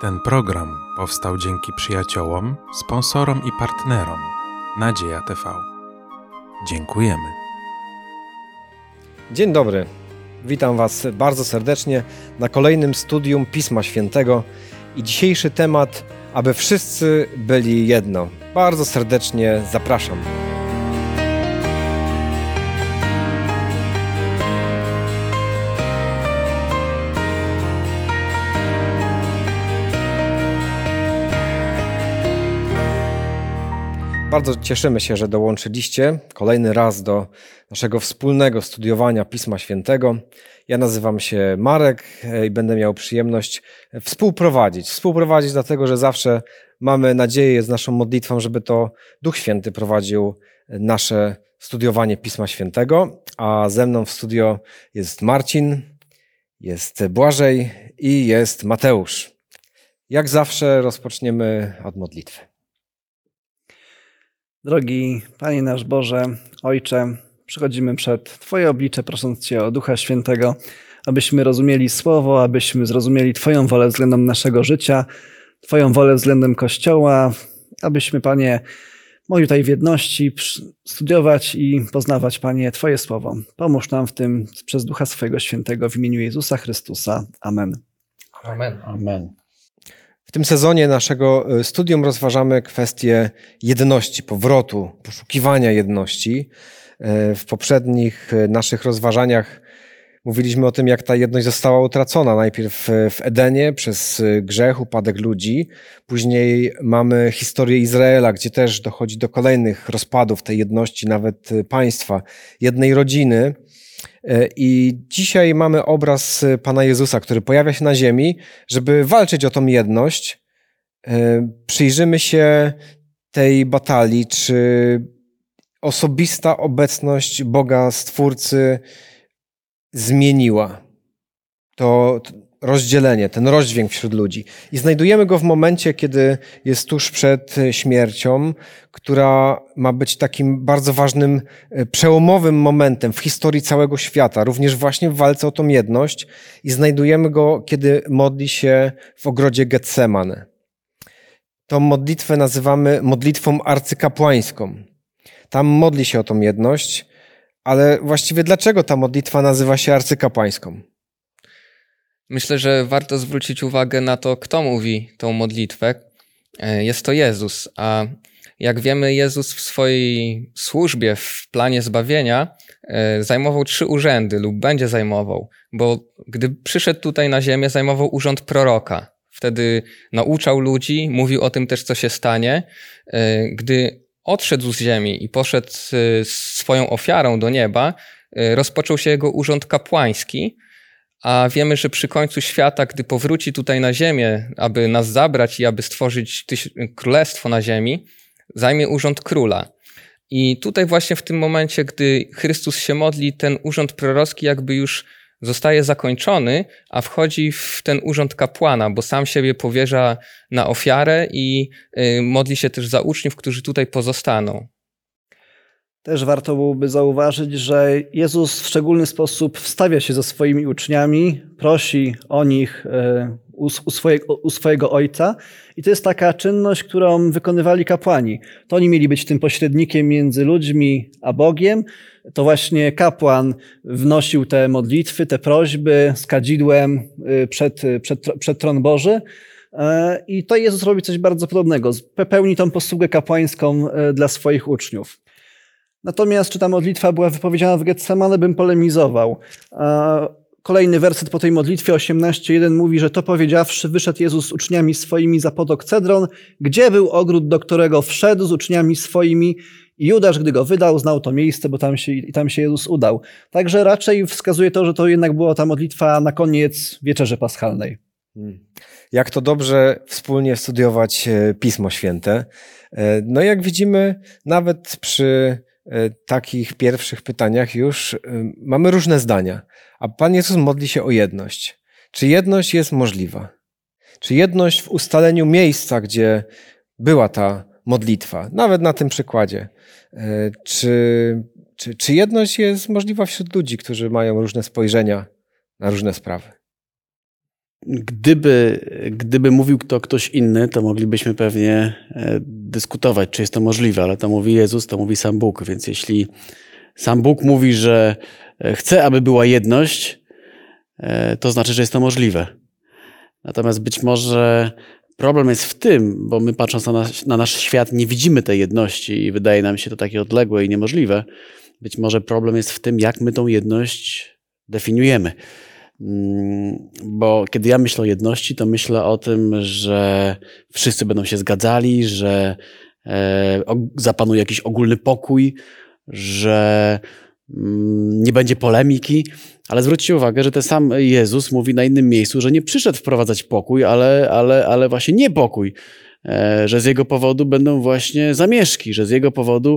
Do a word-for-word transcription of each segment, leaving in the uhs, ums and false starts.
Ten program powstał dzięki przyjaciołom, sponsorom i partnerom Nadzieja T V. Dziękujemy. Dzień dobry. Witam Was bardzo serdecznie na kolejnym studium Pisma Świętego i dzisiejszy temat, aby wszyscy byli jedno. Bardzo serdecznie zapraszam. Bardzo cieszymy się, że dołączyliście kolejny raz do naszego wspólnego studiowania Pisma Świętego. Ja nazywam się Marek i będę miał przyjemność współprowadzić. Współprowadzić dlatego, że zawsze mamy nadzieję z naszą modlitwą, żeby to Duch Święty prowadził nasze studiowanie Pisma Świętego. A ze mną w studio jest Marcin, jest Błażej i jest Mateusz. Jak zawsze rozpoczniemy od modlitwy. Drogi Panie nasz Boże, Ojcze, przychodzimy przed Twoje oblicze, prosząc Cię o Ducha Świętego, abyśmy rozumieli Słowo, abyśmy zrozumieli Twoją wolę względem naszego życia, Twoją wolę względem Kościoła, abyśmy, Panie, mogli tutaj w jedności studiować i poznawać, Panie, Twoje Słowo. Pomóż nam w tym przez Ducha Swojego Świętego w imieniu Jezusa Chrystusa. Amen. Amen. Amen. W tym sezonie naszego studium rozważamy kwestię jedności, powrotu, poszukiwania jedności. W poprzednich naszych rozważaniach mówiliśmy o tym, jak ta jedność została utracona. Najpierw w Edenie przez grzech, upadek ludzi. Później mamy historię Izraela, gdzie też dochodzi do kolejnych rozpadów tej jedności, nawet państwa, jednej rodziny. I dzisiaj mamy obraz Pana Jezusa, który pojawia się na ziemi, żeby walczyć o tą jedność. Przyjrzymy się tej batalii, czy osobista obecność Boga Stwórcy zmieniła to rozdzielenie, ten rozdźwięk wśród ludzi. I znajdujemy go w momencie, kiedy jest tuż przed śmiercią, która ma być takim bardzo ważnym, przełomowym momentem w historii całego świata, również właśnie w walce o tą jedność. I znajdujemy go, kiedy modli się w ogrodzie Getsemane. Tą modlitwę nazywamy modlitwą arcykapłańską. Tam modli się o tą jedność, ale właściwie dlaczego ta modlitwa nazywa się arcykapłańską? Myślę, że warto zwrócić uwagę na to, kto mówi tą modlitwę. Jest to Jezus, a jak wiemy, Jezus w swojej służbie, w planie zbawienia zajmował trzy urzędy lub będzie zajmował, bo gdy przyszedł tutaj na ziemię, zajmował urząd proroka. Wtedy nauczał ludzi, mówił o tym też, co się stanie. Gdy odszedł z ziemi i poszedł swoją ofiarą do nieba, rozpoczął się jego urząd kapłański, a wiemy, że przy końcu świata, gdy powróci tutaj na ziemię, aby nas zabrać i aby stworzyć królestwo na ziemi, zajmie urząd króla. I tutaj właśnie w tym momencie, gdy Chrystus się modli, ten urząd prorocki jakby już zostaje zakończony, a wchodzi w ten urząd kapłana, bo sam siebie powierza na ofiarę i modli się też za uczniów, którzy tutaj pozostaną. Też warto byłoby zauważyć, że Jezus w szczególny sposób wstawia się ze swoimi uczniami, prosi o nich u, u, swojego, u swojego Ojca i to jest taka czynność, którą wykonywali kapłani. To oni mieli być tym pośrednikiem między ludźmi a Bogiem. To właśnie kapłan wnosił te modlitwy, te prośby z kadzidłem przed, przed, przed tron Boży. I to Jezus robi coś bardzo podobnego. Pełni tą posługę kapłańską dla swoich uczniów. Natomiast czy ta modlitwa była wypowiedziana w Getsemane, bym polemizował. Kolejny werset po tej modlitwie, osiemnaście jeden, mówi, że to powiedziawszy, wyszedł Jezus z uczniami swoimi za potok Cedron, gdzie był ogród, do którego wszedł z uczniami swoimi. I Judasz, gdy go wydał, znał to miejsce, bo tam się, i tam się Jezus udał. Także raczej wskazuje to, że to jednak była ta modlitwa na koniec Wieczerzy Paschalnej. Hmm. Jak to dobrze wspólnie studiować Pismo Święte. No jak widzimy, nawet przy takich pierwszych pytaniach już mamy różne zdania. A Pan Jezus modli się o jedność. Czy jedność jest możliwa? Czy jedność w ustaleniu miejsca, gdzie była ta modlitwa? Nawet na tym przykładzie. Czy, czy, czy jedność jest możliwa wśród ludzi, którzy mają różne spojrzenia na różne sprawy? gdyby, gdyby mówił to ktoś inny, to moglibyśmy pewnie dyskutować, czy jest to możliwe, ale to mówi Jezus, to mówi sam Bóg. Więc jeśli sam Bóg mówi, że chce, aby była jedność, to znaczy, że jest to możliwe. Natomiast być może problem jest w tym, bo my patrząc na nasz, na nasz świat nie widzimy tej jedności i wydaje nam się to takie odległe i niemożliwe. Być może problem jest w tym, jak my tą jedność definiujemy. Bo kiedy ja myślę o jedności, to myślę o tym, że wszyscy będą się zgadzali, że zapanuje jakiś ogólny pokój, że nie będzie polemiki, ale zwróćcie uwagę, że ten sam Jezus mówi na innym miejscu, że nie przyszedł wprowadzać pokój, ale, ale, ale właśnie niepokój, że z jego powodu będą właśnie zamieszki, że z jego powodu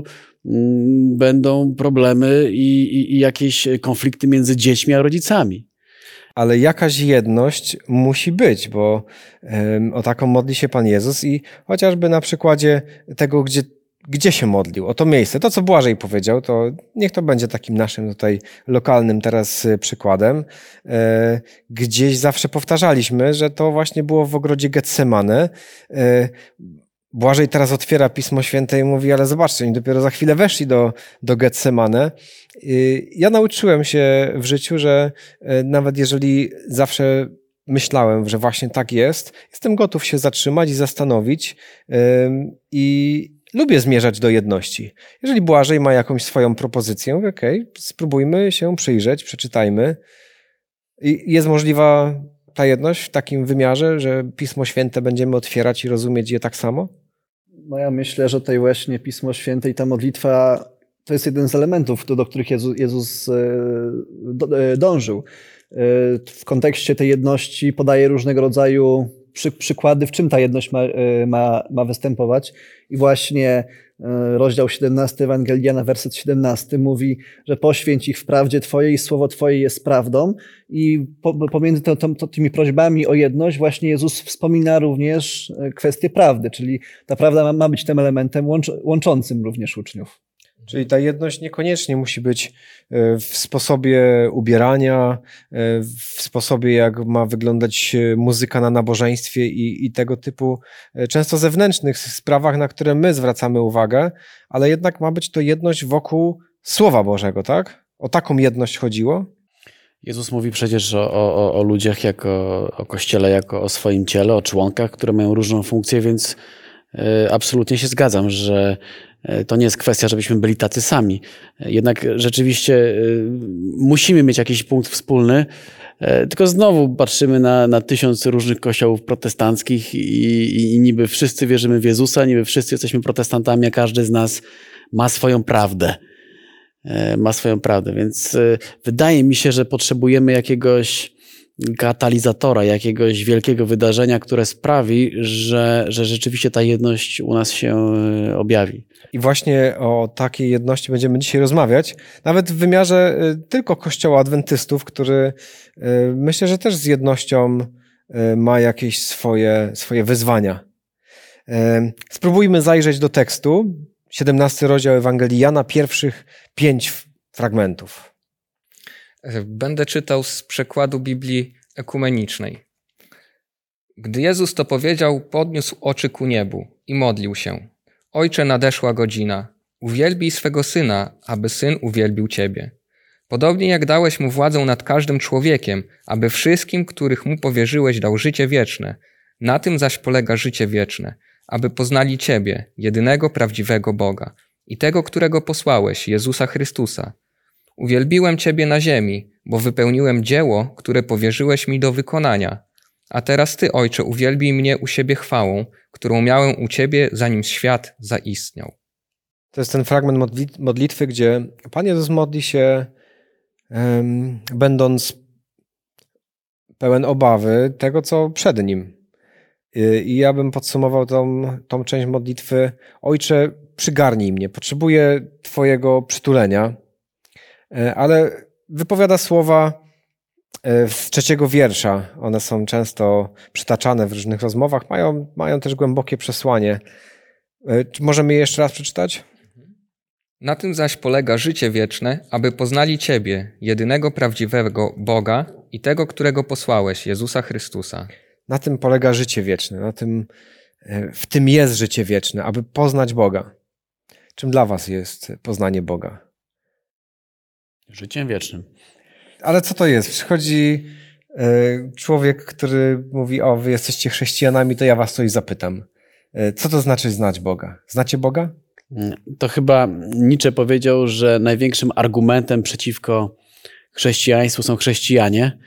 będą problemy i, i, i jakieś konflikty między dziećmi a rodzicami. Ale jakaś jedność musi być, bo um, o taką modli się Pan Jezus i chociażby na przykładzie tego, gdzie Gdzie się modlił? O to miejsce. To, co Błażej powiedział, to niech to będzie takim naszym tutaj lokalnym teraz przykładem. E, gdzieś zawsze powtarzaliśmy, że to właśnie było w ogrodzie Getsemane. E, Błażej teraz otwiera Pismo Święte i mówi, ale zobaczcie, oni dopiero za chwilę weszli do, do Getsemane. E, ja nauczyłem się w życiu, że e, nawet jeżeli zawsze myślałem, że właśnie tak jest, jestem gotów się zatrzymać i zastanowić e, i lubię zmierzać do jedności. Jeżeli Błażej ma jakąś swoją propozycję, okej, okay, spróbujmy się przyjrzeć, przeczytajmy. I jest możliwa ta jedność w takim wymiarze, że Pismo Święte będziemy otwierać i rozumieć je tak samo? No ja myślę, że tutaj właśnie Pismo Święte i ta modlitwa to jest jeden z elementów, do, do których Jezus, Jezus dążył. W kontekście tej jedności podaje różnego rodzaju Przy, przykłady, w czym ta jedność ma, ma, ma występować. I właśnie rozdział siedemnasty Ewangelia na werset siedemnasty mówi, że poświęć ich w prawdzie Twojej i słowo Twoje jest prawdą. I po, pomiędzy to, to, to, tymi prośbami o jedność właśnie Jezus wspomina również kwestię prawdy, czyli ta prawda ma, ma być tym elementem łącz, łączącym również uczniów. Czyli ta jedność niekoniecznie musi być w sposobie ubierania, w sposobie, jak ma wyglądać muzyka na nabożeństwie i, i tego typu często zewnętrznych sprawach, na które my zwracamy uwagę, ale jednak ma być to jedność wokół Słowa Bożego, tak? O taką jedność chodziło? Jezus mówi przecież o, o, o ludziach jako o Kościele, jako o swoim ciele, o członkach, które mają różną funkcję, więc absolutnie się zgadzam, że to nie jest kwestia, żebyśmy byli tacy sami. Jednak rzeczywiście musimy mieć jakiś punkt wspólny, tylko znowu patrzymy na, na tysiąc różnych kościołów protestanckich i, i niby wszyscy wierzymy w Jezusa, niby wszyscy jesteśmy protestantami, a każdy z nas ma swoją prawdę. Ma swoją prawdę, więc wydaje mi się, że potrzebujemy jakiegoś katalizatora, jakiegoś wielkiego wydarzenia, które sprawi, że, że rzeczywiście ta jedność u nas się objawi. I właśnie o takiej jedności będziemy dzisiaj rozmawiać, nawet w wymiarze tylko Kościoła Adwentystów, który myślę, że też z jednością ma jakieś swoje, swoje wyzwania. Spróbujmy zajrzeć do tekstu, siedemnasty rozdział Ewangelii Jana, pierwszych pięć fragmentów. Będę czytał z przekładu Biblii ekumenicznej. Gdy Jezus to powiedział, podniósł oczy ku niebu i modlił się. Ojcze, nadeszła godzina. Uwielbij swego Syna, aby Syn uwielbił Ciebie. Podobnie jak dałeś Mu władzę nad każdym człowiekiem, aby wszystkim, których Mu powierzyłeś, dał życie wieczne. Na tym zaś polega życie wieczne, aby poznali Ciebie, jedynego prawdziwego Boga i tego, którego posłałeś, Jezusa Chrystusa. Uwielbiłem Ciebie na ziemi, bo wypełniłem dzieło, które powierzyłeś mi do wykonania. A teraz Ty, Ojcze, uwielbij mnie u siebie chwałą, którą miałem u Ciebie, zanim świat zaistniał. To jest ten fragment modlitwy, gdzie Pan Jezus modli się, um, będąc pełen obawy tego, co przed Nim. I ja bym podsumował tą, tą część modlitwy. Ojcze, przygarnij mnie, potrzebuję Twojego przytulenia. Ale wypowiada słowa z trzeciego wiersza. One są często przytaczane w różnych rozmowach, mają, mają też głębokie przesłanie. Czy możemy je jeszcze raz przeczytać? Na tym zaś polega życie wieczne, aby poznali Ciebie, jedynego prawdziwego Boga i tego, którego posłałeś, Jezusa Chrystusa. Na tym polega życie wieczne, na tym, w tym jest życie wieczne, aby poznać Boga. Czym dla was jest poznanie Boga? Życiem wiecznym. Ale co to jest? Przychodzi człowiek, który mówi, o, wy jesteście chrześcijanami, to ja was coś zapytam. Co to znaczy znać Boga? Znacie Boga? To chyba Nietzsche powiedział, że największym argumentem przeciwko chrześcijaństwu są chrześcijanie.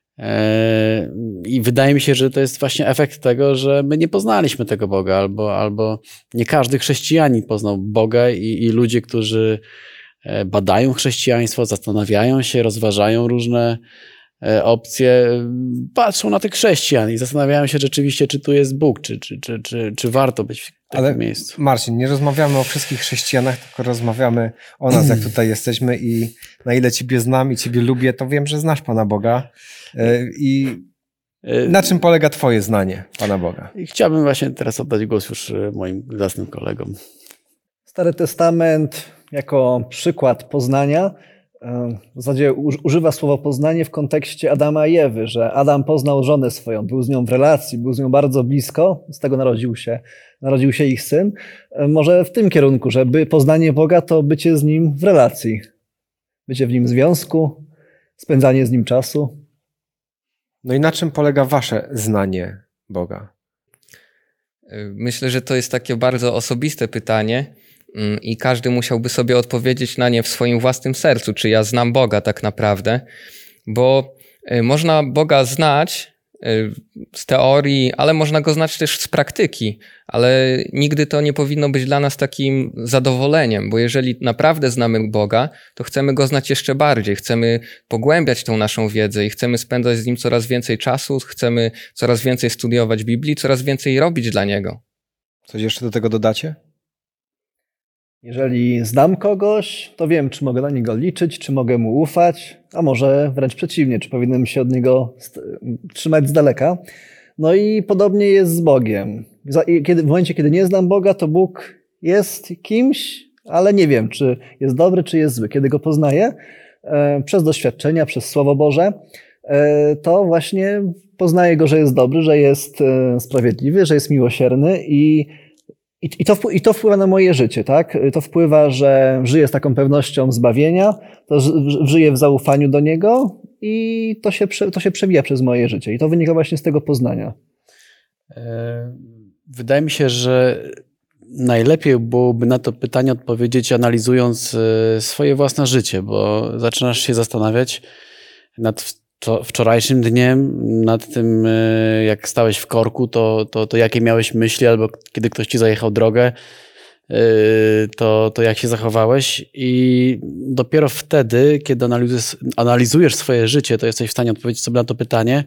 I wydaje mi się, że to jest właśnie efekt tego, że my nie poznaliśmy tego Boga, albo, albo nie każdy chrześcijanin poznał Boga i, i ludzie, którzy badają chrześcijaństwo, zastanawiają się, rozważają różne opcje, patrzą na tych chrześcijan i zastanawiają się rzeczywiście, czy tu jest Bóg, czy, czy, czy, czy, czy warto być w takim Ale miejscu. Marcin, nie rozmawiamy o wszystkich chrześcijanach, tylko rozmawiamy o nas, jak tutaj jesteśmy i na ile Ciebie znam i Ciebie lubię, to wiem, że znasz Pana Boga. I na czym polega Twoje znanie Pana Boga? I chciałbym właśnie teraz oddać głos już moim własnym kolegom. Stary Testament jako przykład poznania w zasadzie używa słowa poznanie w kontekście Adama i Ewy, że Adam poznał żonę swoją, był z nią w relacji, był z nią bardzo blisko, z tego narodził się, narodził się ich syn. Może w tym kierunku, że by poznanie Boga to bycie z Nim w relacji, bycie w Nim w związku, spędzanie z Nim czasu. No i na czym polega wasze znanie Boga? Myślę, że to jest takie bardzo osobiste pytanie i każdy musiałby sobie odpowiedzieć na nie w swoim własnym sercu, czy ja znam Boga tak naprawdę, bo można Boga znać z teorii, ale można go znać też z praktyki, ale nigdy to nie powinno być dla nas takim zadowoleniem, bo jeżeli naprawdę znamy Boga, to chcemy go znać jeszcze bardziej, chcemy pogłębiać tą naszą wiedzę i chcemy spędzać z Nim coraz więcej czasu, chcemy coraz więcej studiować Biblii, coraz więcej robić dla Niego. Coś jeszcze do tego dodacie? Jeżeli znam kogoś, to wiem, czy mogę na niego liczyć, czy mogę mu ufać, a może wręcz przeciwnie, czy powinienem się od niego trzymać z daleka. No i podobnie jest z Bogiem. Kiedy, w momencie, kiedy nie znam Boga, to Bóg jest kimś, ale nie wiem, czy jest dobry, czy jest zły. Kiedy go poznaję e, przez doświadczenia, przez Słowo Boże, e, to właśnie poznaję go, że jest dobry, że jest e, sprawiedliwy, że jest miłosierny i I, i, to, I to wpływa na moje życie, tak? To wpływa, że żyję z taką pewnością zbawienia, to żyję w zaufaniu do Niego i to się, to się przewija przez moje życie. I to wynika właśnie z tego poznania. Wydaje mi się, że najlepiej byłoby na to pytanie odpowiedzieć, analizując swoje własne życie, bo zaczynasz się zastanawiać nad wczorajszym dniem, nad tym, jak stałeś w korku, to, to, to jakie miałeś myśli, albo kiedy ktoś ci zajechał drogę, to, to jak się zachowałeś. I dopiero wtedy, kiedy analizujesz, analizujesz swoje życie, to jesteś w stanie odpowiedzieć sobie na to pytanie.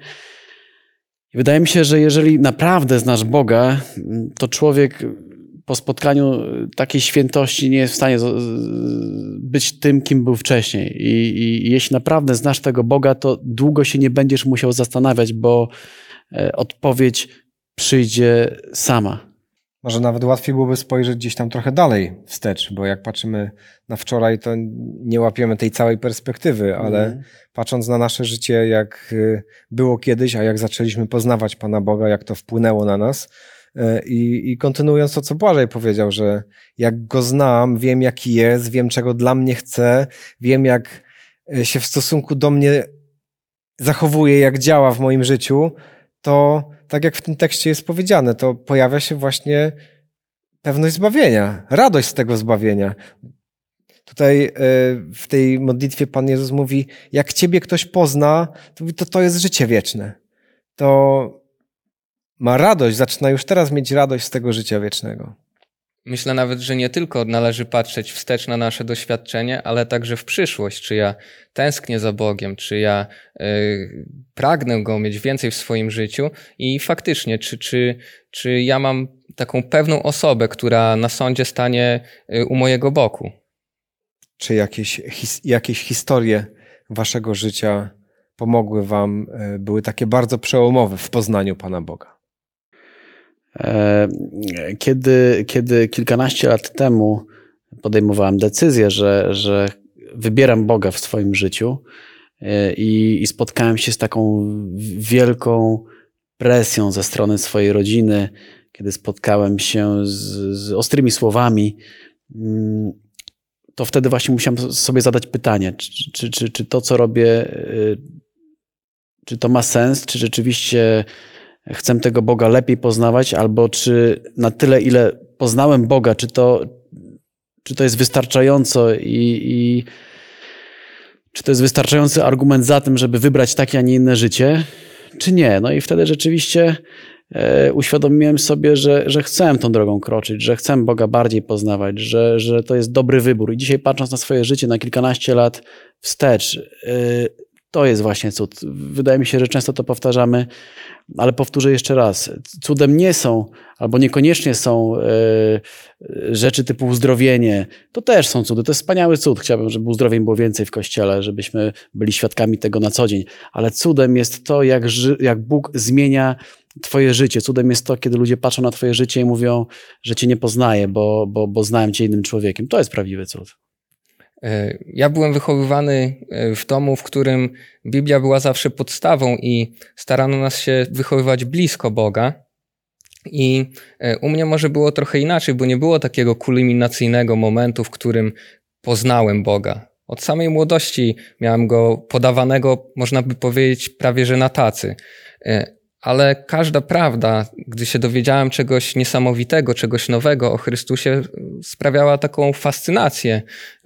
I wydaje mi się, że jeżeli naprawdę znasz Boga, to człowiek po spotkaniu takiej świętości nie jest w stanie być tym, kim był wcześniej. I, i jeśli naprawdę znasz tego Boga, to długo się nie będziesz musiał zastanawiać, bo odpowiedź przyjdzie sama. Może nawet łatwiej byłoby spojrzeć gdzieś tam trochę dalej wstecz, bo jak patrzymy na wczoraj, to nie łapiemy tej całej perspektywy, ale mm. patrząc na nasze życie, jak było kiedyś, a jak zaczęliśmy poznawać Pana Boga, jak to wpłynęło na nas, I, I kontynuując to, co Błażej powiedział, że jak go znam, wiem jaki jest, wiem czego dla mnie chce, wiem jak się w stosunku do mnie zachowuje, jak działa w moim życiu, to tak jak w tym tekście jest powiedziane, to pojawia się właśnie pewność zbawienia, radość z tego zbawienia. Tutaj w tej modlitwie Pan Jezus mówi, jak Ciebie ktoś pozna, to to jest życie wieczne. To ma radość, zaczyna już teraz mieć radość z tego życia wiecznego. Myślę nawet, że nie tylko należy patrzeć wstecz na nasze doświadczenie, ale także w przyszłość. Czy ja tęsknię za Bogiem, czy ja y, pragnę Go mieć więcej w swoim życiu i faktycznie, czy, czy, czy ja mam taką pewną osobę, która na sądzie stanie u mojego boku. Czy jakieś, his, jakieś historie waszego życia pomogły wam, były takie bardzo przełomowe w poznaniu Pana Boga? Kiedy, kiedy kilkanaście lat temu podejmowałem decyzję, że, że wybieram Boga w swoim życiu i, i spotkałem się z taką wielką presją ze strony swojej rodziny, kiedy spotkałem się z, z ostrymi słowami, to wtedy właśnie musiałem sobie zadać pytanie, czy, czy, czy, czy to, co robię, czy to ma sens, czy rzeczywiście chcę tego Boga lepiej poznawać, albo czy na tyle, ile poznałem Boga, czy to, czy to jest wystarczająco i, i czy to jest wystarczający argument za tym, żeby wybrać takie, a nie inne życie, czy nie. No i wtedy rzeczywiście e, uświadomiłem sobie, że, że chcę tą drogą kroczyć, że chcę Boga bardziej poznawać, że, że to jest dobry wybór. I dzisiaj patrząc na swoje życie na kilkanaście lat wstecz, e, to jest właśnie cud. Wydaje mi się, że często to powtarzamy, ale powtórzę jeszcze raz. Cudem nie są, albo niekoniecznie są e, rzeczy typu uzdrowienie. To też są cudy. To jest wspaniały cud. Chciałbym, żeby uzdrowień było więcej w Kościele, żebyśmy byli świadkami tego na co dzień. Ale cudem jest to, jak, ży, jak Bóg zmienia twoje życie. Cudem jest to, kiedy ludzie patrzą na twoje życie i mówią, że cię nie poznaję, bo, bo, bo znałem cię innym człowiekiem. To jest prawdziwy cud. Ja byłem wychowywany w domu, w którym Biblia była zawsze podstawą i starano nas się wychowywać blisko Boga. I u mnie może było trochę inaczej, bo nie było takiego kulminacyjnego momentu, w którym poznałem Boga. Od samej młodości miałem go podawanego, można by powiedzieć, prawie że na tacy. Ale każda prawda, gdy się dowiedziałem czegoś niesamowitego, czegoś nowego o Chrystusie, sprawiała taką fascynację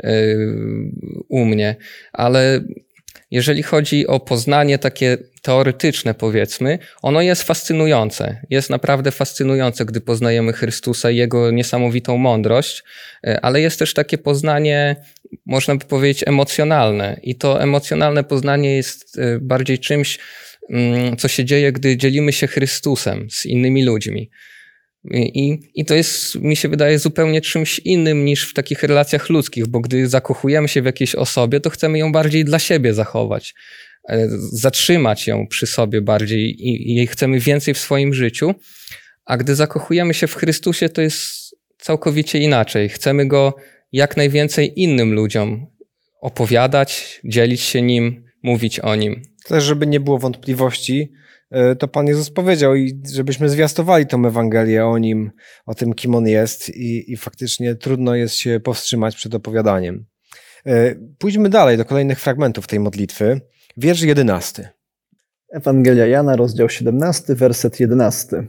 u mnie. Ale jeżeli chodzi o poznanie takie teoretyczne, powiedzmy, ono jest fascynujące. Jest naprawdę fascynujące, gdy poznajemy Chrystusa i Jego niesamowitą mądrość, ale jest też takie poznanie, można by powiedzieć, emocjonalne. I to emocjonalne poznanie jest bardziej czymś, co się dzieje, gdy dzielimy się Chrystusem z innymi ludźmi. I, I to jest, mi się wydaje, zupełnie czymś innym niż w takich relacjach ludzkich, bo gdy zakochujemy się w jakiejś osobie, to chcemy ją bardziej dla siebie zachować, zatrzymać ją przy sobie bardziej i, i jej chcemy więcej w swoim życiu, a gdy zakochujemy się w Chrystusie, to jest całkowicie inaczej. Chcemy Go jak najwięcej innym ludziom opowiadać, dzielić się Nim, mówić o Nim. Też, żeby nie było wątpliwości, to Pan Jezus powiedział i żebyśmy zwiastowali tą Ewangelię o Nim, o tym, kim On jest i, i faktycznie trudno jest się powstrzymać przed opowiadaniem. Pójdźmy dalej do kolejnych fragmentów tej modlitwy. Wiersz jedenasty. Ewangelia Jana, rozdział siedemnasty, werset jedenasty.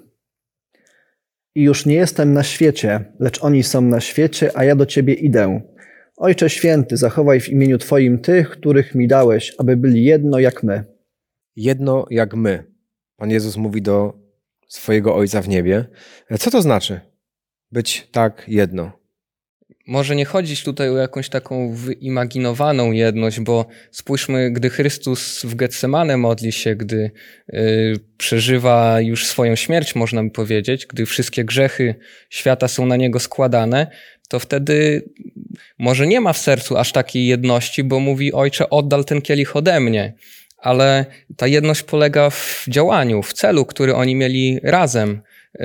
I już nie jestem na świecie, lecz oni są na świecie, a ja do Ciebie idę. Ojcze Święty, zachowaj w imieniu Twoim tych, których mi dałeś, aby byli jedno jak my. Jedno jak my. Pan Jezus mówi do swojego Ojca w niebie. Co to znaczy być tak jedno? Może nie chodzić tutaj o jakąś taką wyimaginowaną jedność, bo spójrzmy, gdy Chrystus w Getsemane modli się, gdy y, przeżywa już swoją śmierć, można by powiedzieć, gdy wszystkie grzechy świata są na Niego składane, to wtedy może nie ma w sercu aż takiej jedności, bo mówi: Ojcze, oddal ten kielich ode mnie. Ale ta jedność polega w działaniu, w celu, który oni mieli razem yy,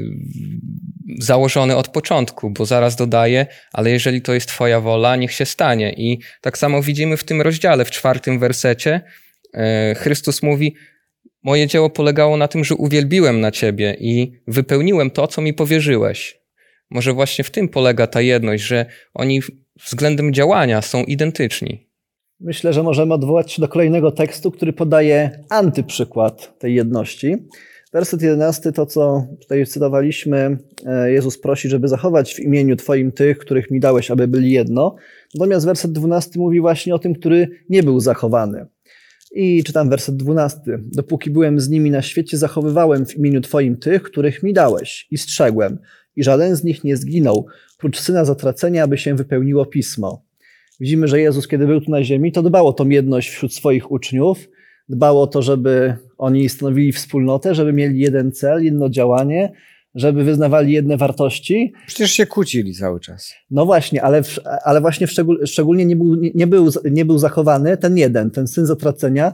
założony od początku, bo zaraz dodaje: ale jeżeli to jest Twoja wola, niech się stanie. I tak samo widzimy w tym rozdziale, w czwartym wersecie, yy, Chrystus mówi: moje dzieło polegało na tym, że uwielbiłem na Ciebie i wypełniłem to, co mi powierzyłeś. Może właśnie w tym polega ta jedność, że oni względem działania są identyczni. Myślę, że możemy odwołać się do kolejnego tekstu, który podaje antyprzykład tej jedności. Werset jedenasty, to co tutaj cytowaliśmy, Jezus prosi, żeby zachować w imieniu Twoim tych, których mi dałeś, aby byli jedno. Natomiast werset dwunasty mówi właśnie o tym, który nie był zachowany. I czytam werset dwunasty. Dopóki byłem z nimi na świecie, zachowywałem w imieniu Twoim tych, których mi dałeś i strzegłem. I żaden z nich nie zginął, prócz syna zatracenia, aby się wypełniło pismo. Widzimy, że Jezus, kiedy był tu na ziemi, to dbał o tą jedność wśród swoich uczniów, dbał o to, żeby oni stanowili wspólnotę, żeby mieli jeden cel, jedno działanie, żeby wyznawali jedne wartości. Przecież się kłócili cały czas. No właśnie, ale, ale właśnie szczegól, szczególnie nie był, nie, był, nie był zachowany ten jeden, ten syn zatracenia,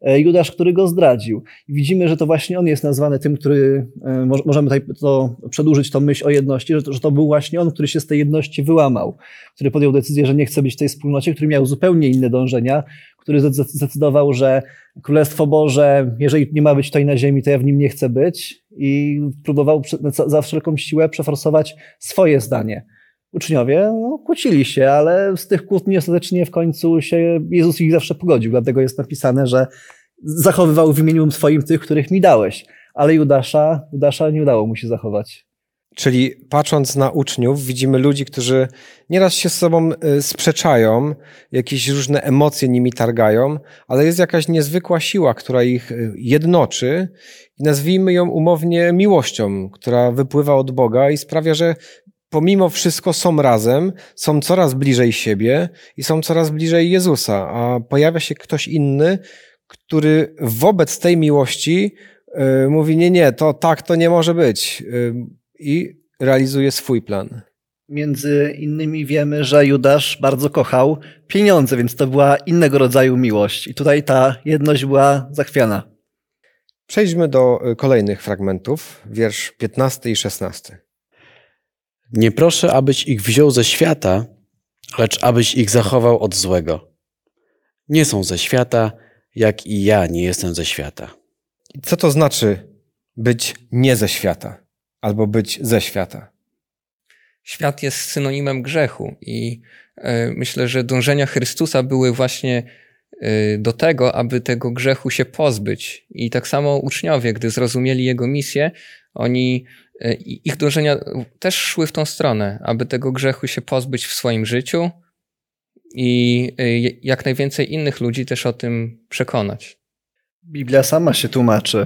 Judasz, który go zdradził. I widzimy, że to właśnie on jest nazwany tym, który, możemy tutaj to przedłużyć tą myśl o jedności, że to, że to był właśnie on, który się z tej jedności wyłamał, który podjął decyzję, że nie chce być w tej wspólnocie, który miał zupełnie inne dążenia, który zdecydował, że Królestwo Boże, jeżeli nie ma być tutaj na ziemi, to ja w nim nie chcę być i próbował za wszelką siłę przeforsować swoje zdanie. Uczniowie no, kłócili się, ale z tych kłótni ostatecznie w końcu się Jezus ich zawsze pogodził, dlatego jest napisane, że zachowywał w imieniu swoim tych, których mi dałeś, ale Judasza, Judasza nie udało mu się zachować. Czyli patrząc na uczniów, widzimy ludzi, którzy nieraz się z sobą sprzeczają, jakieś różne emocje nimi targają, ale jest jakaś niezwykła siła, która ich jednoczy i nazwijmy ją umownie miłością, która wypływa od Boga i sprawia, że pomimo wszystko są razem, są coraz bliżej siebie i są coraz bliżej Jezusa, a pojawia się ktoś inny, który wobec tej miłości yy, mówi nie, nie, to tak to nie może być yy, i realizuje swój plan. Między innymi wiemy, że Judasz bardzo kochał pieniądze, więc to była innego rodzaju miłość i tutaj ta jedność była zachwiana. Przejdźmy do kolejnych fragmentów, wiersz piętnasty i szesnasty. Nie proszę, abyś ich wziął ze świata, lecz abyś ich zachował od złego. Nie są ze świata, jak i ja nie jestem ze świata. Co to znaczy być nie ze świata albo być ze świata? Świat jest synonimem grzechu i y, myślę, że dążenia Chrystusa były właśnie y, do tego, aby tego grzechu się pozbyć. I tak samo uczniowie, gdy zrozumieli Jego misję, oni ich dążenia też szły w tą stronę, aby tego grzechu się pozbyć w swoim życiu i jak najwięcej innych ludzi też o tym przekonać. Biblia sama się tłumaczy.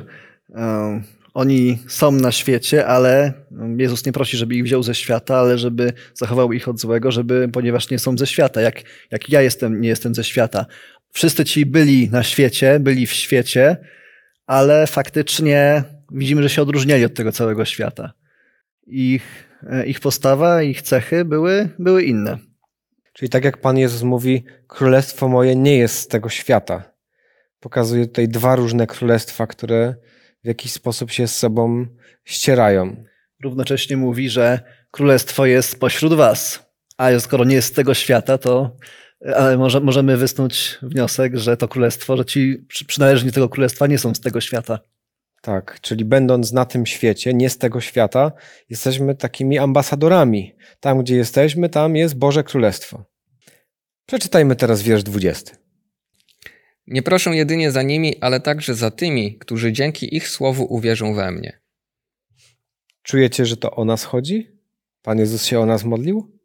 Oni są na świecie, ale Jezus nie prosi, żeby ich wziął ze świata, ale żeby zachował ich od złego, żeby, ponieważ nie są ze świata, jak, jak ja jestem, nie jestem ze świata. Wszyscy ci byli na świecie, byli w świecie, ale faktycznie widzimy, że się odróżniali od tego całego świata. Ich, ich postawa, ich cechy były, były inne. Czyli tak jak Pan Jezus mówi, królestwo moje nie jest z tego świata. Pokazuje tutaj dwa różne królestwa, które w jakiś sposób się z sobą ścierają. Równocześnie mówi, że królestwo jest pośród was. A skoro nie jest z tego świata, to ale może, możemy wysnuć wniosek, że to królestwo, że ci przynależni tego królestwa nie są z tego świata. Tak, czyli będąc na tym świecie, nie z tego świata, jesteśmy takimi ambasadorami. Tam, gdzie jesteśmy, tam jest Boże Królestwo. Przeczytajmy teraz wiersz dwudziesty. Nie proszę jedynie za nimi, ale także za tymi, którzy dzięki ich słowu uwierzą we mnie. Czujecie, że to o nas chodzi? Pan Jezus się o nas modlił?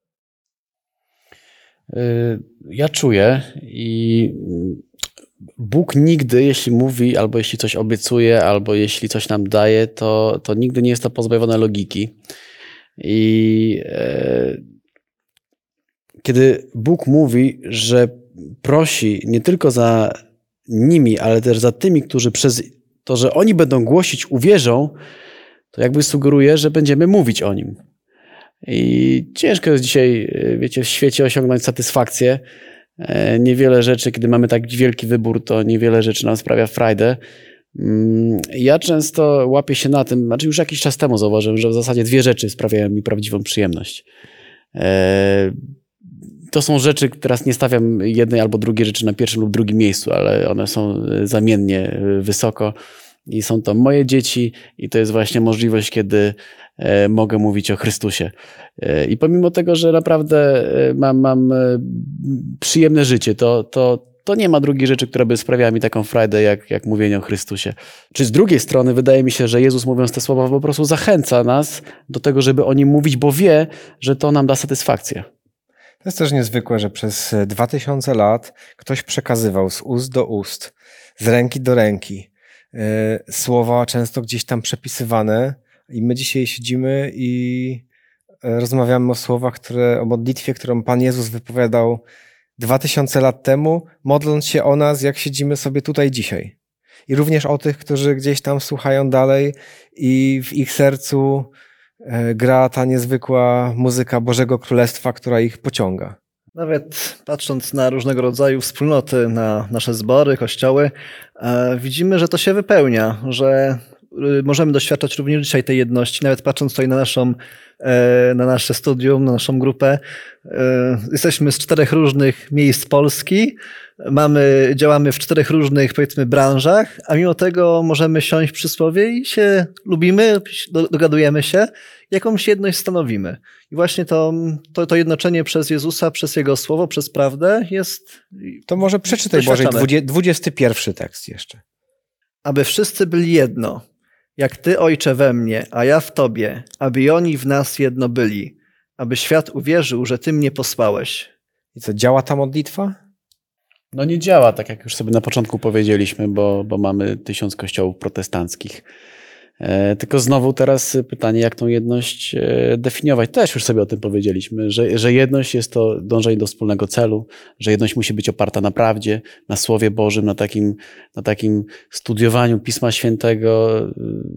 Ja czuję i Bóg nigdy, jeśli mówi, albo jeśli coś obiecuje, albo jeśli coś nam daje, to, to nigdy nie jest to pozbawione logiki. I e, kiedy Bóg mówi, że prosi nie tylko za nimi, ale też za tymi, którzy przez to, że oni będą głosić, uwierzą, to jakby sugeruje, że będziemy mówić o Nim. I ciężko jest dzisiaj, wiecie, w świecie osiągnąć satysfakcję. Niewiele rzeczy, kiedy mamy tak wielki wybór, to niewiele rzeczy nam sprawia frajdę. Ja często łapię się na tym, znaczy już jakiś czas temu zauważyłem, że w zasadzie dwie rzeczy sprawiają mi prawdziwą przyjemność. To są rzeczy, teraz nie stawiam jednej albo drugiej rzeczy na pierwszym lub drugim miejscu, ale one są zamiennie wysoko i są to moje dzieci i to jest właśnie możliwość, kiedy mogę mówić o Chrystusie. I pomimo tego, że naprawdę mam, mam przyjemne życie, to, to, to nie ma drugiej rzeczy, która by sprawiała mi taką frajdę, jak, jak mówienie o Chrystusie. Czy z drugiej strony wydaje mi się, że Jezus, mówiąc te słowa, po prostu zachęca nas do tego, żeby o Nim mówić, bo wie, że to nam da satysfakcję. To jest też niezwykłe, że przez dwa tysiące lat ktoś przekazywał z ust do ust, z ręki do ręki słowa często gdzieś tam przepisywane i my dzisiaj siedzimy i rozmawiamy o słowach, które, o modlitwie, którą Pan Jezus wypowiadał dwa tysiące lat temu, modląc się o nas, jak siedzimy sobie tutaj dzisiaj. I również o tych, którzy gdzieś tam słuchają dalej i w ich sercu gra ta niezwykła muzyka Bożego Królestwa, która ich pociąga. Nawet patrząc na różnego rodzaju wspólnoty, na nasze zbory, kościoły, widzimy, że to się wypełnia, że możemy doświadczać również dzisiaj tej jedności, nawet patrząc tutaj na, naszą, na nasze studium, na naszą grupę. Jesteśmy z czterech różnych miejsc Polski, mamy, działamy w czterech różnych, powiedzmy, branżach, a mimo tego możemy siąść przy słowie i się lubimy, dogadujemy się, jakąś jedność stanowimy. I właśnie to, to, to jednoczenie przez Jezusa, przez Jego słowo, przez prawdę jest... To może przeczytaj, Bożej, dwudziesty pierwszy tekst jeszcze. Aby wszyscy byli jedno, jak Ty, Ojcze, we mnie, a ja w Tobie, aby i oni w nas jedno byli, aby świat uwierzył, że Ty mnie posłałeś. I co, działa ta modlitwa? No nie działa, tak jak już sobie na początku powiedzieliśmy, bo, bo mamy tysiąc kościołów protestanckich. E, tylko znowu teraz pytanie, jak tą jedność e, definiować. Też już sobie o tym powiedzieliśmy, że, że jedność jest to dążenie do wspólnego celu, że jedność musi być oparta na prawdzie, na Słowie Bożym, na takim, na takim studiowaniu Pisma Świętego e,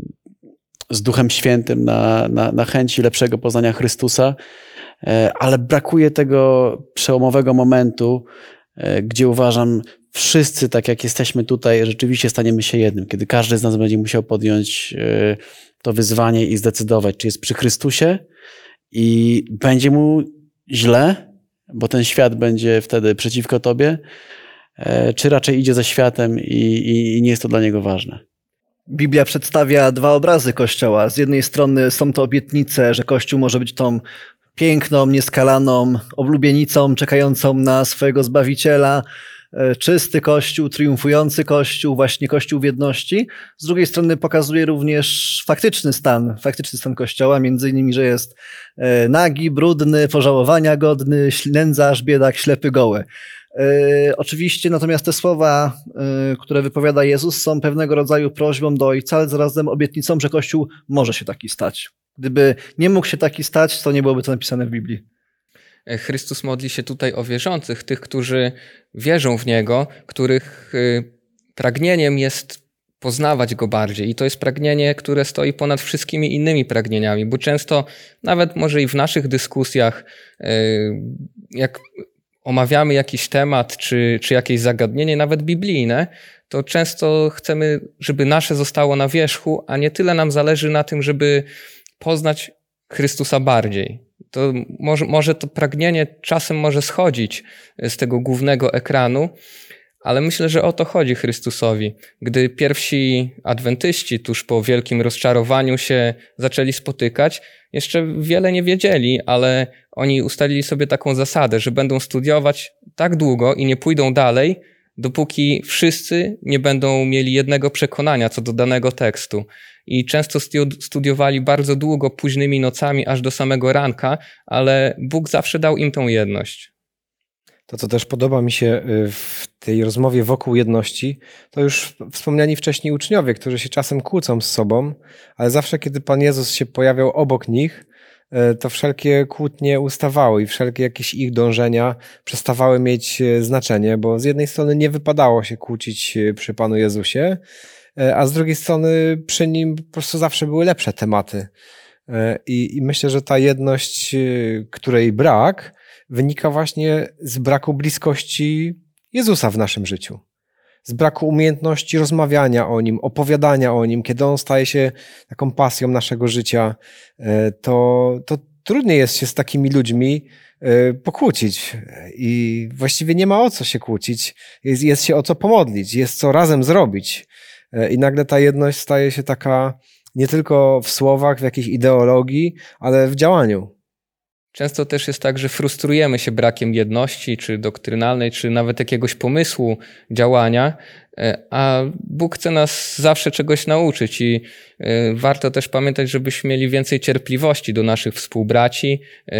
z Duchem Świętym, na, na, na chęci lepszego poznania Chrystusa, e, ale brakuje tego przełomowego momentu, e, gdzie uważam, wszyscy, tak jak jesteśmy tutaj, rzeczywiście staniemy się jednym. Kiedy każdy z nas będzie musiał podjąć to wyzwanie i zdecydować, czy jest przy Chrystusie i będzie mu źle, bo ten świat będzie wtedy przeciwko tobie, czy raczej idzie za światem i, i, i nie jest to dla niego ważne. Biblia przedstawia dwa obrazy Kościoła. Z jednej strony są to obietnice, że Kościół może być tą piękną, nieskalaną oblubienicą czekającą na swojego Zbawiciela, czysty Kościół, triumfujący Kościół, właśnie Kościół w jedności. Z drugiej strony pokazuje również faktyczny stan, faktyczny stan Kościoła, między innymi, że jest nagi, brudny, pożałowania godny, nędzarz, biedak, ślepy, goły. Oczywiście natomiast te słowa, które wypowiada Jezus, są pewnego rodzaju prośbą do Ojca, ale zarazem obietnicą, że Kościół może się taki stać. Gdyby nie mógł się taki stać, to nie byłoby to napisane w Biblii. Chrystus modli się tutaj o wierzących, tych, którzy wierzą w Niego, których pragnieniem jest poznawać Go bardziej. I to jest pragnienie, które stoi ponad wszystkimi innymi pragnieniami, bo często nawet może i w naszych dyskusjach, jak omawiamy jakiś temat czy, czy jakieś zagadnienie, nawet biblijne, to często chcemy, żeby nasze zostało na wierzchu, a nie tyle nam zależy na tym, żeby poznać Chrystusa bardziej. To może, może to pragnienie czasem może schodzić z tego głównego ekranu, ale myślę, że o to chodzi Chrystusowi. Gdy pierwsi adwentyści tuż po wielkim rozczarowaniu się zaczęli spotykać, jeszcze wiele nie wiedzieli, ale oni ustalili sobie taką zasadę, że będą studiować tak długo i nie pójdą dalej, dopóki wszyscy nie będą mieli jednego przekonania co do danego tekstu. I często studiowali bardzo długo, późnymi nocami, aż do samego ranka, ale Bóg zawsze dał im tą jedność. To, co też podoba mi się w tej rozmowie wokół jedności, to już wspomniani wcześniej uczniowie, którzy się czasem kłócą z sobą, ale zawsze, kiedy Pan Jezus się pojawiał obok nich, to wszelkie kłótnie ustawały i wszelkie jakieś ich dążenia przestawały mieć znaczenie, bo z jednej strony nie wypadało się kłócić przy Panu Jezusie, a z drugiej strony przy Nim po prostu zawsze były lepsze tematy. I, i myślę, że ta jedność, której brak, wynika właśnie z braku bliskości Jezusa w naszym życiu. Z braku umiejętności rozmawiania o Nim, opowiadania o Nim. Kiedy On staje się taką pasją naszego życia, to, to trudniej jest się z takimi ludźmi pokłócić. I właściwie nie ma o co się kłócić. Jest, jest się o co pomodlić, jest co razem zrobić. I nagle ta jedność staje się taka nie tylko w słowach, w jakiejś ideologii, ale w działaniu. Często też jest tak, że frustrujemy się brakiem jedności, czy doktrynalnej, czy nawet jakiegoś pomysłu działania, a Bóg chce nas zawsze czegoś nauczyć i warto też pamiętać, żebyśmy mieli więcej cierpliwości do naszych współbraci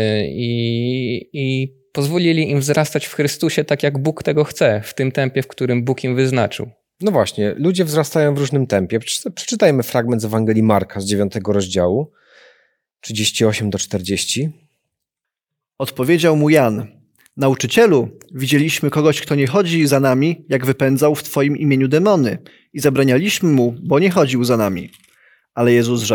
i, i pozwolili im wzrastać w Chrystusie tak, jak Bóg tego chce, w tym tempie, w którym Bóg im wyznaczył. No właśnie, ludzie wzrastają w różnym tempie. Przeczytajmy fragment z Ewangelii Marka z dziewiątego rozdziału, trzydzieści osiem do czterdziestu. Odpowiedział mu Jan: Nauczycielu, widzieliśmy kogoś, kto nie chodzi za nami, jak wypędzał w Twoim imieniu demony i zabranialiśmy mu, bo nie chodził za nami. Ale Jezus rzekł: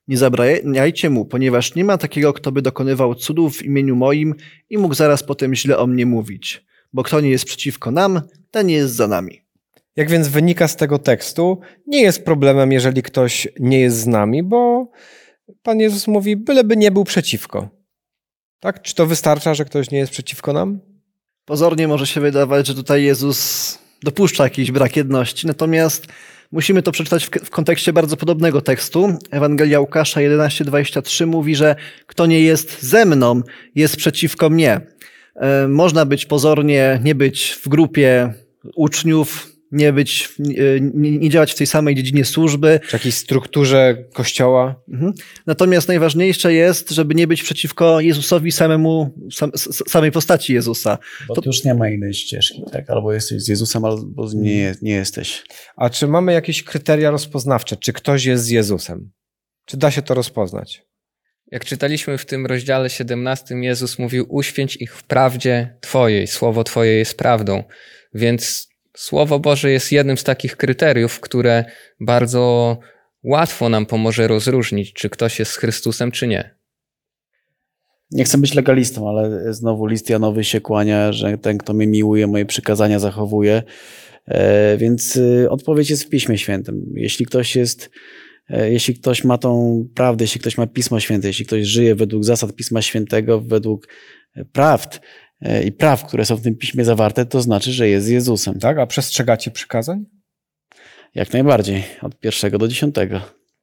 Nie zabraniajcie mu, ponieważ nie ma takiego, kto by dokonywał cudów w imieniu moim i mógł zaraz potem źle o mnie mówić. Bo kto nie jest przeciwko nam, ten nie jest za nami. Jak więc wynika z tego tekstu, nie jest problemem, jeżeli ktoś nie jest z nami, bo Pan Jezus mówi, byleby nie był przeciwko. Tak? Czy to wystarcza, że ktoś nie jest przeciwko nam? Pozornie może się wydawać, że tutaj Jezus dopuszcza jakiś brak jedności, natomiast musimy to przeczytać w, w kontekście bardzo podobnego tekstu. Ewangelia Łukasza jedenaście dwadzieścia trzy mówi, że kto nie jest ze mną, jest przeciwko mnie. E, można być pozornie, nie być w grupie uczniów, nie być, nie, nie działać w tej samej dziedzinie służby. Czy jakiejś strukturze Kościoła? Mhm. Natomiast najważniejsze jest, żeby nie być przeciwko Jezusowi samemu, sam, samej postaci Jezusa. Bo To tu już nie ma innej ścieżki, tak? Albo jesteś z Jezusem, albo z nim nie, nie jesteś. A czy mamy jakieś kryteria rozpoznawcze? Czy ktoś jest z Jezusem? Czy da się to rozpoznać? Jak czytaliśmy w tym rozdziale siedemnastym, Jezus mówił, uświęć ich w prawdzie Twojej, słowo Twoje jest prawdą. Więc Słowo Boże jest jednym z takich kryteriów, które bardzo łatwo nam pomoże rozróżnić, czy ktoś jest z Chrystusem, czy nie. Nie chcę być legalistą, ale znowu list Janowy się kłania, że ten, kto mnie miłuje, moje przykazania zachowuje. Więc odpowiedź jest w Piśmie Świętym. Jeśli ktoś jest, jeśli ktoś ma tą prawdę, jeśli ktoś ma Pismo Święte, jeśli ktoś żyje według zasad Pisma Świętego, według prawd i praw, które są w tym Piśmie zawarte, to znaczy, że jest z Jezusem. Tak? A przestrzegacie przykazań? Jak najbardziej. Od pierwszego do dziesiątego.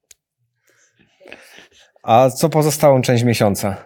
A co pozostałą część miesiąca?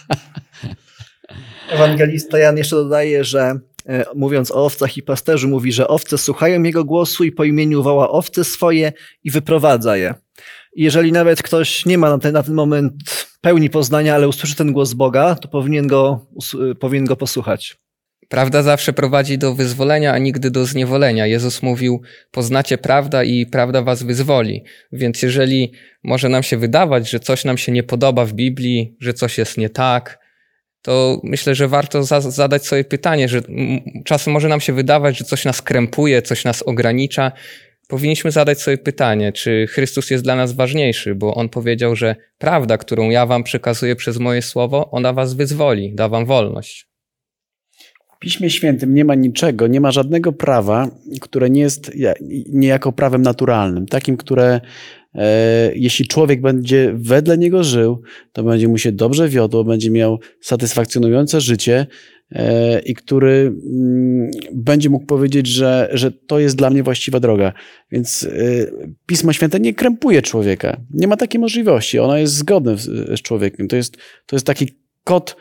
Ewangelista Jan jeszcze dodaje, że e, mówiąc o owcach i pasterzu, mówi, że owce słuchają jego głosu i po imieniu woła owce swoje i wyprowadza je. I jeżeli nawet ktoś nie ma na ten, na ten moment pełni poznania, ale usłyszy ten głos Boga, to powinien go, powinien go posłuchać. Prawda zawsze prowadzi do wyzwolenia, a nigdy do zniewolenia. Jezus mówił, poznacie prawdę i prawda was wyzwoli. Więc jeżeli może nam się wydawać, że coś nam się nie podoba w Biblii, że coś jest nie tak, to myślę, że warto za- zadać sobie pytanie, że czasem może nam się wydawać, że coś nas krępuje, coś nas ogranicza. Powinniśmy zadać sobie pytanie, czy Chrystus jest dla nas ważniejszy, bo On powiedział, że prawda, którą ja wam przekazuję przez moje słowo, ona was wyzwoli, da wam wolność. W Piśmie Świętym nie ma niczego, nie ma żadnego prawa, które nie jest niejako prawem naturalnym. Takim, które e, jeśli człowiek będzie wedle niego żył, to będzie mu się dobrze wiodło, będzie miał satysfakcjonujące życie e, i który m, będzie mógł powiedzieć, że, że to jest dla mnie właściwa droga. Więc e, Pismo Święte nie krępuje człowieka. Nie ma takiej możliwości. Ono jest zgodne z, z człowiekiem. To jest, to jest taki kod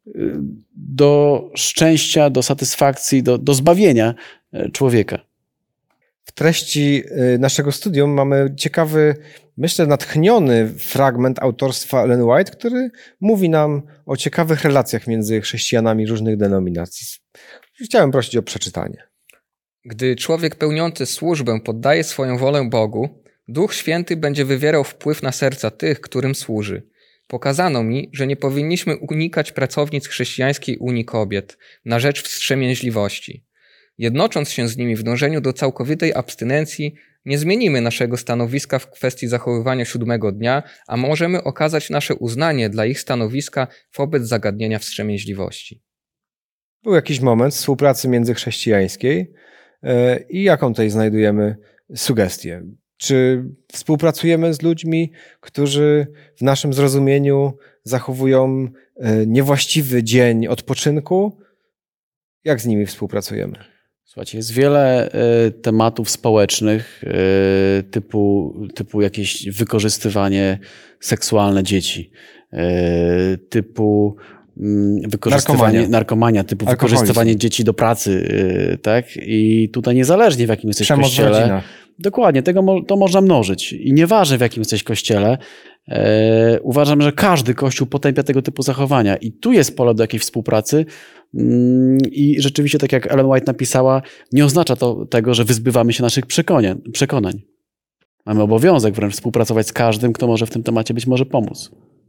do szczęścia, do satysfakcji, do, do zbawienia człowieka. W treści naszego studium mamy ciekawy, myślę, natchniony fragment autorstwa Ellen White, który mówi nam o ciekawych relacjach między chrześcijanami różnych denominacji. Chciałem prosić o przeczytanie. Gdy człowiek pełniący służbę poddaje swoją wolę Bogu, Duch Święty będzie wywierał wpływ na serca tych, którym służy. Pokazano mi, że nie powinniśmy unikać pracownic chrześcijańskiej Unii Kobiet na rzecz wstrzemięźliwości. Jednocząc się z nimi w dążeniu do całkowitej abstynencji, nie zmienimy naszego stanowiska w kwestii zachowywania siódmego dnia, a możemy okazać nasze uznanie dla ich stanowiska wobec zagadnienia wstrzemięźliwości. Był jakiś moment współpracy międzychrześcijańskiej i jaką tutaj znajdujemy sugestię? Czy współpracujemy z ludźmi, którzy w naszym zrozumieniu zachowują niewłaściwy dzień odpoczynku? Jak z nimi współpracujemy? Słuchajcie, jest wiele y, tematów społecznych y, typu, typu jakieś wykorzystywanie seksualne dzieci, y, typu y, wykorzystywanie, narkomania, narkomania typu Alkoholizm. Wykorzystywanie dzieci do pracy, y, tak? I tutaj niezależnie w jakim jesteś Przemoc w kościele. rodzinach. Dokładnie, tego mo- to można mnożyć. I nieważne w jakim jesteś kościele, e, uważam, że każdy kościół potępia tego typu zachowania. I tu jest pole do jakiejś współpracy. Mm, I rzeczywiście, tak jak Ellen White napisała, nie oznacza to tego, że wyzbywamy się naszych przekonań. przekonań. Mamy obowiązek wręcz współpracować z każdym, kto może w tym temacie być może pomóc.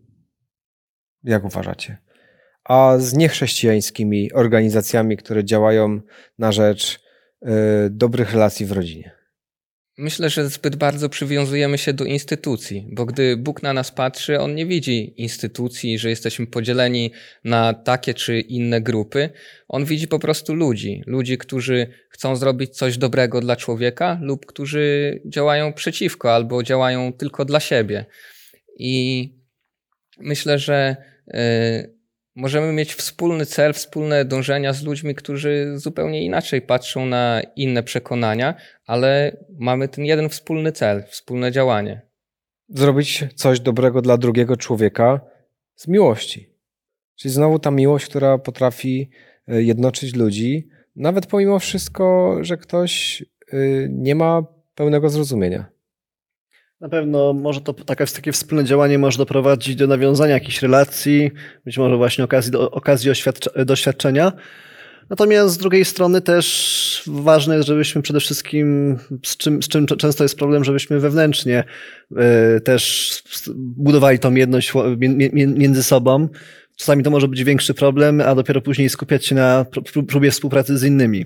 Jak uważacie? A z niechrześcijańskimi organizacjami, które działają na rzecz y, dobrych relacji w rodzinie? Myślę, że zbyt bardzo przywiązujemy się do instytucji, bo gdy Bóg na nas patrzy, On nie widzi instytucji, że jesteśmy podzieleni na takie czy inne grupy. On widzi po prostu ludzi. Ludzi, którzy chcą zrobić coś dobrego dla człowieka lub którzy działają przeciwko albo działają tylko dla siebie. I myślę, że yy, możemy mieć wspólny cel, wspólne dążenia z ludźmi, którzy zupełnie inaczej patrzą na inne przekonania, ale mamy ten jeden wspólny cel, wspólne działanie. Zrobić coś dobrego dla drugiego człowieka z miłości. Czyli znowu ta miłość, która potrafi jednoczyć ludzi, nawet pomimo wszystko, że ktoś nie ma pełnego zrozumienia. Na pewno może to takie, takie wspólne działanie może doprowadzić do nawiązania jakichś relacji, być może właśnie okazji, do, okazji oświadcze, doświadczenia. Natomiast z drugiej strony też ważne jest, żebyśmy przede wszystkim, z czym, z czym często jest problem, żebyśmy wewnętrznie y, też budowali tą jedność między sobą. Czasami to może być większy problem, a dopiero później skupiać się na próbie współpracy z innymi.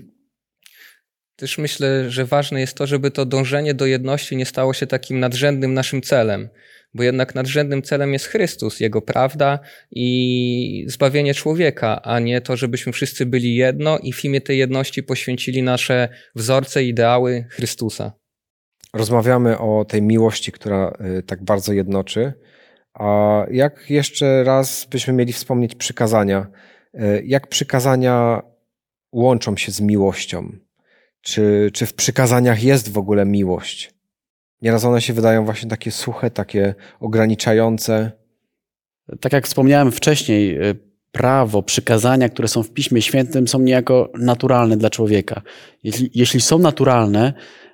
Też myślę, że ważne jest to, żeby to dążenie do jedności nie stało się takim nadrzędnym naszym celem, bo jednak nadrzędnym celem jest Chrystus, Jego prawda i zbawienie człowieka, a nie to, żebyśmy wszyscy byli jedno i w imię tej jedności poświęcili nasze wzorce, ideały Chrystusa. Rozmawiamy o tej miłości, która tak bardzo jednoczy, a jak jeszcze raz byśmy mieli wspomnieć przykazania? Jak przykazania łączą się z miłością? Czy, czy w przykazaniach jest w ogóle miłość? Nieraz one się wydają właśnie takie suche, takie ograniczające. Tak jak wspomniałem wcześniej, prawo, przykazania, które są w Piśmie Świętym, są niejako naturalne dla człowieka. Jeśli, jeśli są naturalne,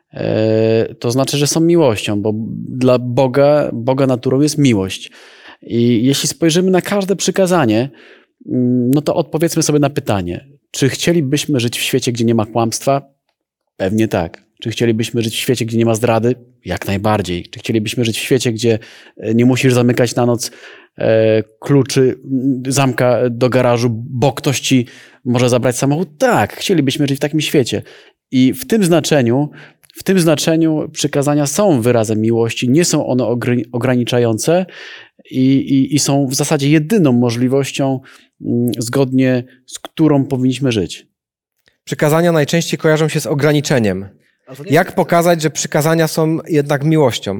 to znaczy, że są miłością, bo dla Boga, Boga naturą jest miłość. I jeśli spojrzymy na każde przykazanie, no to odpowiedzmy sobie na pytanie, czy chcielibyśmy żyć w świecie, gdzie nie ma kłamstwa? Pewnie tak. Czy chcielibyśmy żyć w świecie, gdzie nie ma zdrady? Jak najbardziej. Czy chcielibyśmy żyć w świecie, gdzie nie musisz zamykać na noc e, kluczy zamka do garażu, bo ktoś ci może zabrać samochód? Tak, chcielibyśmy żyć w takim świecie. I w tym znaczeniu, w tym znaczeniu przykazania są wyrazem miłości, nie są one ograniczające i, i, i są w zasadzie jedyną możliwością, zgodnie z którą powinniśmy żyć. Przykazania najczęściej kojarzą się z ograniczeniem. Jak pokazać, że przykazania są jednak miłością?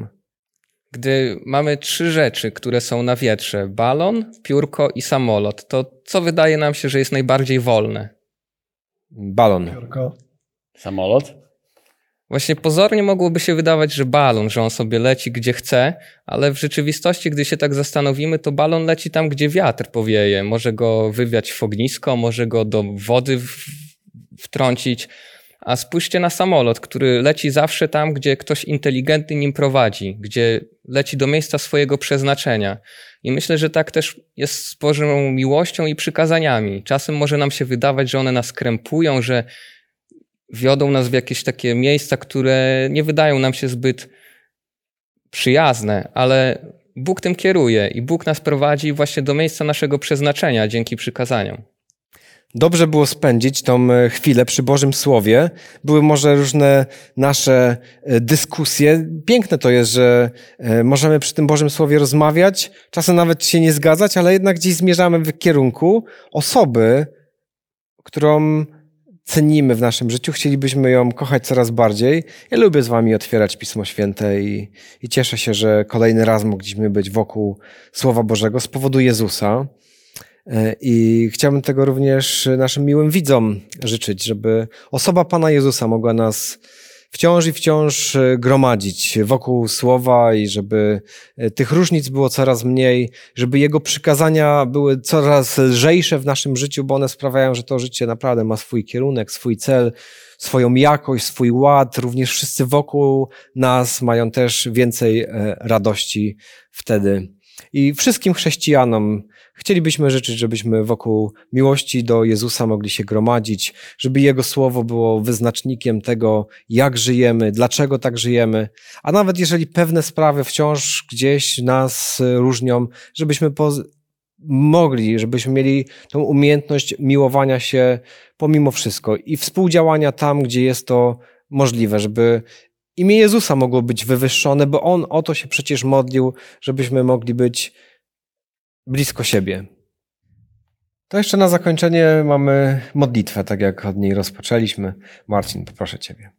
Gdy mamy trzy rzeczy, które są na wietrze, balon, piórko i samolot, to co wydaje nam się, że jest najbardziej wolne? Balon. Piórko. Samolot? Właśnie pozornie mogłoby się wydawać, że balon, że on sobie leci gdzie chce, ale w rzeczywistości, gdy się tak zastanowimy, to balon leci tam, gdzie wiatr powieje. Może go wywiać w ognisko, może go do wody w wtrącić, a spójrzcie na samolot, który leci zawsze tam, gdzie ktoś inteligentny nim prowadzi, gdzie leci do miejsca swojego przeznaczenia. I myślę, że tak też jest z Bożą miłością i przykazaniami. Czasem może nam się wydawać, że one nas krępują, że wiodą nas w jakieś takie miejsca, które nie wydają nam się zbyt przyjazne, ale Bóg tym kieruje i Bóg nas prowadzi właśnie do miejsca naszego przeznaczenia dzięki przykazaniom. Dobrze było spędzić tą chwilę przy Bożym Słowie. Były może różne nasze dyskusje. Piękne to jest, że możemy przy tym Bożym Słowie rozmawiać, czasem nawet się nie zgadzać, ale jednak gdzieś zmierzamy w kierunku osoby, którą cenimy w naszym życiu. Chcielibyśmy ją kochać coraz bardziej. Ja lubię z wami otwierać Pismo Święte i, i cieszę się, że kolejny raz mogliśmy być wokół Słowa Bożego z powodu Jezusa. I chciałbym tego również naszym miłym widzom życzyć, żeby osoba Pana Jezusa mogła nas wciąż i wciąż gromadzić wokół Słowa i żeby tych różnic było coraz mniej, żeby Jego przykazania były coraz lżejsze w naszym życiu, bo one sprawiają, że to życie naprawdę ma swój kierunek, swój cel, swoją jakość, swój ład. Również wszyscy wokół nas mają też więcej radości wtedy. I wszystkim chrześcijanom chcielibyśmy życzyć, żebyśmy wokół miłości do Jezusa mogli się gromadzić, żeby Jego Słowo było wyznacznikiem tego, jak żyjemy, dlaczego tak żyjemy, a nawet jeżeli pewne sprawy wciąż gdzieś nas różnią, żebyśmy poz- mogli, żebyśmy mieli tą umiejętność miłowania się pomimo wszystko i współdziałania tam, gdzie jest to możliwe, żeby Imię Jezusa mogło być wywyższone, bo On o to się przecież modlił, żebyśmy mogli być blisko siebie. To jeszcze na zakończenie mamy modlitwę, tak jak od niej rozpoczęliśmy. Marcin, poproszę Ciebie.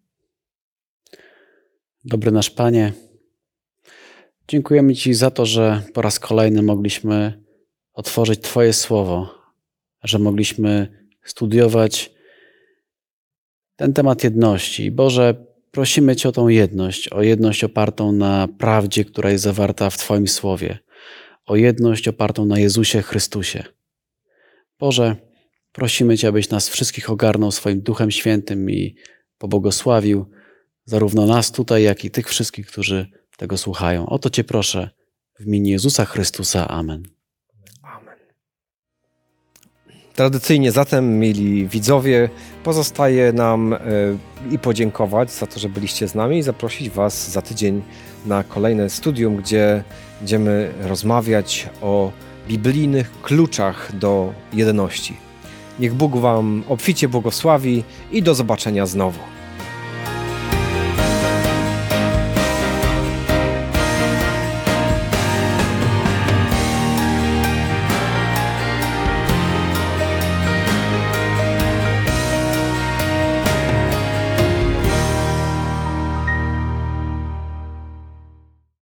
Dobry nasz Panie, dziękujemy Ci za to, że po raz kolejny mogliśmy otworzyć Twoje słowo, że mogliśmy studiować ten temat jedności. Boże, prosimy Cię o tą jedność, o jedność opartą na prawdzie, która jest zawarta w Twoim słowie, o jedność opartą na Jezusie Chrystusie. Boże, prosimy Cię, abyś nas wszystkich ogarnął swoim Duchem Świętym i pobłogosławił, zarówno nas tutaj, jak i tych wszystkich, którzy tego słuchają. O to Cię proszę w imieniu Jezusa Chrystusa. Amen. Amen. Tradycyjnie zatem, mili widzowie, pozostaje nam y, i podziękować za to, że byliście z nami i zaprosić Was za tydzień na kolejne studium, gdzie będziemy rozmawiać o biblijnych kluczach do jedności. Niech Bóg Wam obficie błogosławi i do zobaczenia znowu.